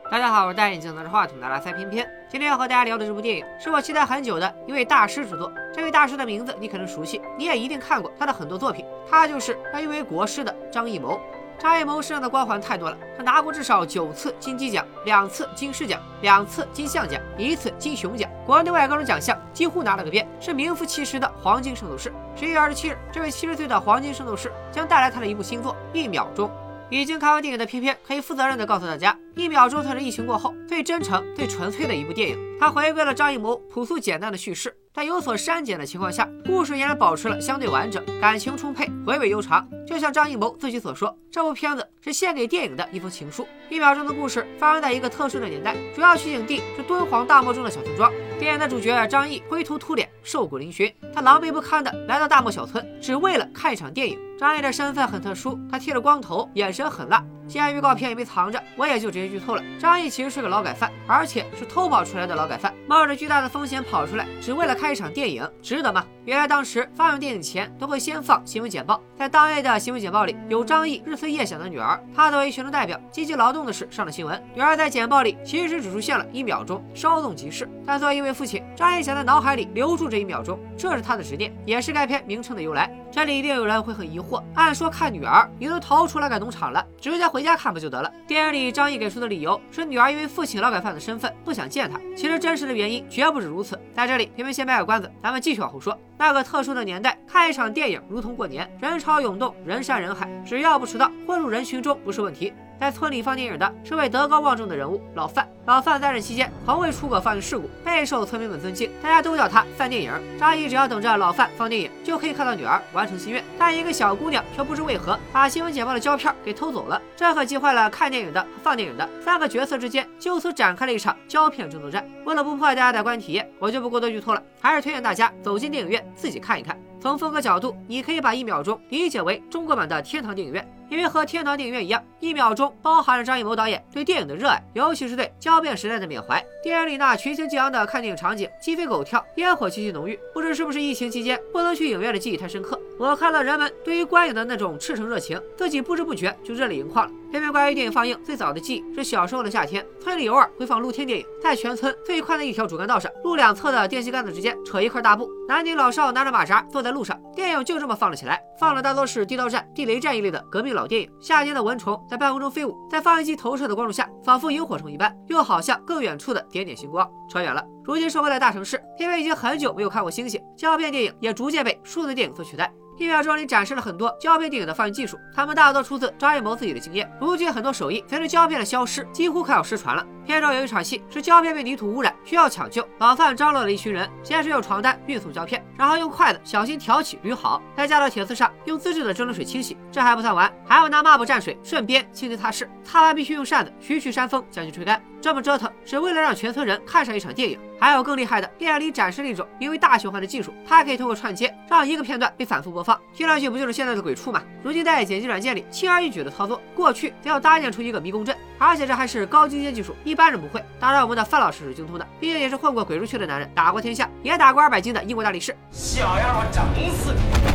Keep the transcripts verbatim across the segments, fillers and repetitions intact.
大家好，我是戴眼镜拿着话筒的拉塞偏偏。今天要和大家聊的这部电影是我期待很久的一位大师之作。这位大师的名字你可能熟悉，你也一定看过他的很多作品。他就是被誉为国师的张艺谋。张艺谋身上的光环太多了，他拿过至少九次金鸡奖，两次金狮奖，两次金像奖，一次金熊奖，国内外各种奖项几乎拿了个遍，是名副其实的黄金圣斗士。十一月二十七日，这位七十岁的黄金圣斗士将带来他的一部新作《一秒钟》。已经看完电影的偏偏可以负责任地告诉大家，《一秒钟》才是疫情过后最真诚、最纯粹的一部电影。它回归了张艺谋朴素简单的叙事，在有所删减的情况下，故事依然保持了相对完整，感情充沛，娓娓悠长。就像张艺谋自己所说，这部片子是献给电影的一封情书。一秒钟的故事发生在一个特殊的年代，主要取景地是敦煌大漠中的小村庄。电影的主角张译灰头土脸，瘦骨嶙峋，他狼狈不堪地来到大漠小村，只为了看一场电影。张译的身份很特殊，他剃了光头，眼神狠辣。既然预告片也没藏着，我也就直接剧透了。张译其实是个劳改犯，而且是偷跑出来的劳改犯，冒着巨大的风险跑出来，只为了看一场电影，值得吗？原来当时放映电影前都会先放新闻简报，在当夜的新闻简报里有张译日思夜想的女儿，她作为学生代表积极劳动的事上了新闻。女儿在简报里其实只出现了一秒钟，稍纵即逝。但作为一位父亲，张译想在脑海里留住这一秒钟，这是他的执念，也是该片名称的由来。这里一定有人会很疑惑，按说看女儿你都逃出来改农场了，直接回家看不就得了？电影里张译给出的理由是女儿因为父亲劳改犯的身份不想见他，其实真实的原因绝不止如此。在这里偏偏先卖个关子，咱们继续往后说。那个特殊的年代，看一场电影如同过年，人潮涌动，人山人海，只要不迟到，混入人群中不是问题。在村里放电影的是位德高望重的人物老范。老范在任期间从未出过放映事故，备受村民们尊敬，大家都叫他范电影。张译只要等着老范放电影，就可以看到女儿完成心愿。但一个小姑娘却不知为何把新闻简报的胶片给偷走了，这可急坏了看电影的和放电影的三个角色之间，就此展开了一场胶片争夺战。为了不破坏大家的观影体验，我就不过多剧透了，还是推荐大家走进电影院自己看一看。从风格角度，你可以把一秒钟理解为中国版的天堂电影院，因为和天堂电影院一样，一秒钟包含了张艺谋导演对电影的热爱，尤其是对胶片时代的缅怀。电影里那群情激昂的看电影场景，鸡飞狗跳，烟火气息浓郁，不知是不是疫情期间不能去影院的记忆太深刻，我看到人们对于观影的那种赤诚热情，自己不知不觉就热泪盈眶了。偏偏关于电影放映最早的记忆是小时候的夏天，村里偶尔会放露天电影，在全村最宽的一条主干道上，路两侧的电线杆子之间扯一块大布，男女老少拿着马扎坐在路上，电影就这么放了起来。放的大多是地道战、地雷战一类的革命老电影。夏天的蚊虫在半空中飞舞，在放映机投射的光柱下，仿佛萤火虫一般，又好像更远处的点点星光。扯远了，如今生活在大城市，偏偏已经很久没有看过星星，胶片电影也逐渐被数字电影所取代。一秒钟里展示了很多胶片电影的放映技术，他们大多出自张艺谋自己的经验。如今很多手艺随着胶片的消失几乎快要失传了。片中有一场戏是胶片被泥土污染，需要抢救，老范张罗了一群人，先是用床单运送胶片，然后用筷子小心挑起捋好，再架到铁丝上，用自制的蒸馏水清洗。这还不算完，还要拿抹布蘸水顺便轻轻擦拭，擦完必须用扇子徐徐扇风将其吹干。这么折腾只为了让全村人看上一场电影。还有更厉害的，电影里展示了一种名为大循环的技术，它可以通过串接让一个片段被反复播放，听上去不就是现在的鬼畜吗？如今在剪辑软件里轻而易举的操作，过去则要搭建出一个迷宫阵，而且这还是高精尖技术，一般人不会，当然我们的范老师是精通的，毕竟也是混过鬼畜区的男人，打过天下，也打过二百斤的英国大力士。 小样，我整死你！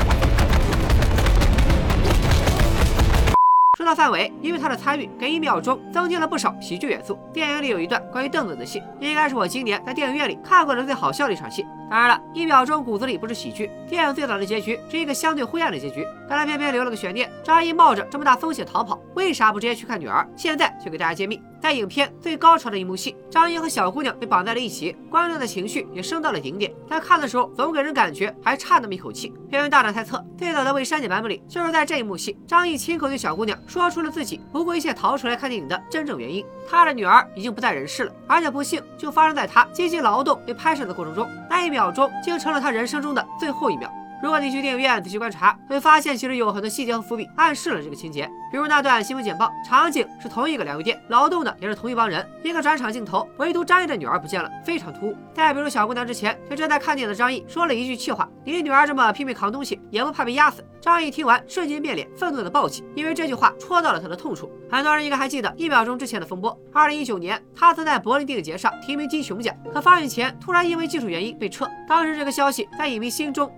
说到范伟，因为他的参与，给一秒钟增添了不少喜剧元素。电影里有一段关于凳子的戏，应该是我今年在电影院里看过的最好笑的一场戏。当然了，一秒钟骨子里不是喜剧，电影最早的结局是一个相对灰暗的结局。看来偏偏留了个悬念，张译冒着这么大风险逃跑，为啥不直接去看女儿？现在就给大家揭秘。在影片最高潮的一幕戏，张译和小姑娘被绑在了一起，观众的情绪也升到了顶点。在看的时候，总给人感觉还差那么一口气。偏偏大胆猜测，最早的未删减版本里，就是在这一幕戏，张译亲口对小姑娘说出了自己不顾一切逃出来看电影的真正原因。他的女儿已经不在人世了，而且不幸就发生在他积极劳动被拍摄的过程中，那一秒钟竟成了他人生中的最后一秒。如果你去电影院仔细观察，会发现其实有很多细节和伏笔暗示了这个情节。比如那段新闻简报，场景是同一个疗愈店，劳动的也是同一帮人。一个转场镜头，唯独张译的女儿不见了，非常突兀。再比如小姑娘之前对正在看电影的张译说了一句气话：“你女儿这么拼命扛东西，也不怕被压死？”张译听完瞬间变脸，愤怒的暴起，因为这句话戳到了他的痛处。很多人应该还记得一秒钟之前的风波。二零一九年，他曾在柏林电影节上提名金熊奖，可放映前突然因为技术原因被撤。当时这个消息在影迷心中激起不少浪。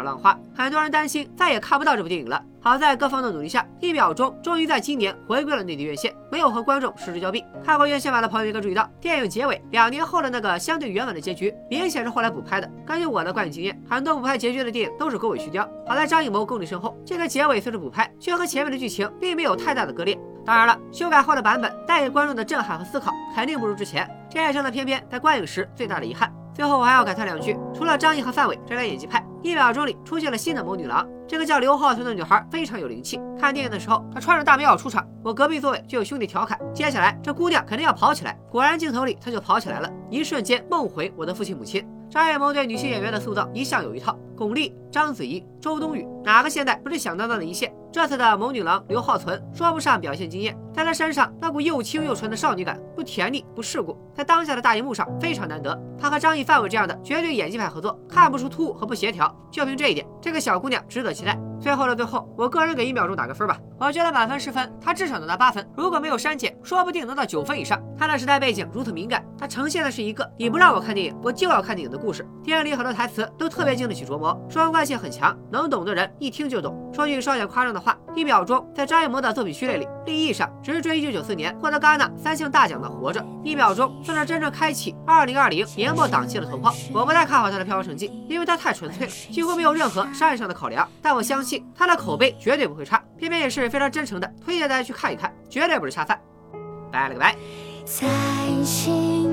浪花，很多人担心再也看不到这部电影了。好在各方的努力下，一秒钟终于在今年回归了内地院线，没有和观众失之交臂。看过院线版的朋友应该注意到，电影结尾两年后的那个相对圆满的结局，明显是后来补拍的。根据我的观影经验，很多补拍结局的电影都是狗尾续貂。好在张艺谋功力深厚，这个结尾虽是补拍，却和前面的剧情并没有太大的割裂。当然了，修改后的版本带给观众的震撼和思考肯定不如之前，这也成了片片在观影时最大的遗憾。最后我还要感叹两句，除了张译和范伟这俩演技派，一秒钟里出现了新的谋女郎，这个叫刘浩存的女孩非常有灵气。看电影的时候，她穿着大棉袄出场，我隔壁座位就有兄弟调侃，接下来这姑娘肯定要跑起来。果然镜头里她就跑起来了，一瞬间梦回我的父亲母亲。张艺谋对女性演员的塑造一向有一套，巩俐、章子怡、周冬雨，哪个现代不是响当当的一线？这次的谋女郎刘浩存说不上表现惊艳，在她身上那股又清又纯的少女感，不甜腻不世故，在当下的大荧幕上非常难得。她和张译、范伟这样的绝对演技派合作，看不出突兀和不协调，就凭这一点，这个小姑娘值得期待。最后的最后，我个人给一秒钟打个分吧，我觉得满分十分，她至少能拿八分，如果没有删减，说不定能到九分以上。她的时代背景如此敏感，它呈现的是一个你不让我看电影，我就要看电影的故事。电影里很多台词都特别经得起琢磨，双关性很强，能懂的人一听就懂。说句稍显夸张的话，一秒钟在张艺谋的作品序列里，立意上直追一九九四年获得戛纳三星大奖的《活着》，一秒钟算是真正开启二零二零年末档期的头炮。我不太看好它的票房成绩，因为它太纯粹了，几乎没有任何商业上的考量。但我相信它的口碑绝对不会差，偏偏也是非常真诚的推荐大家去看一看，绝对不是恰饭。拜了个拜。 在心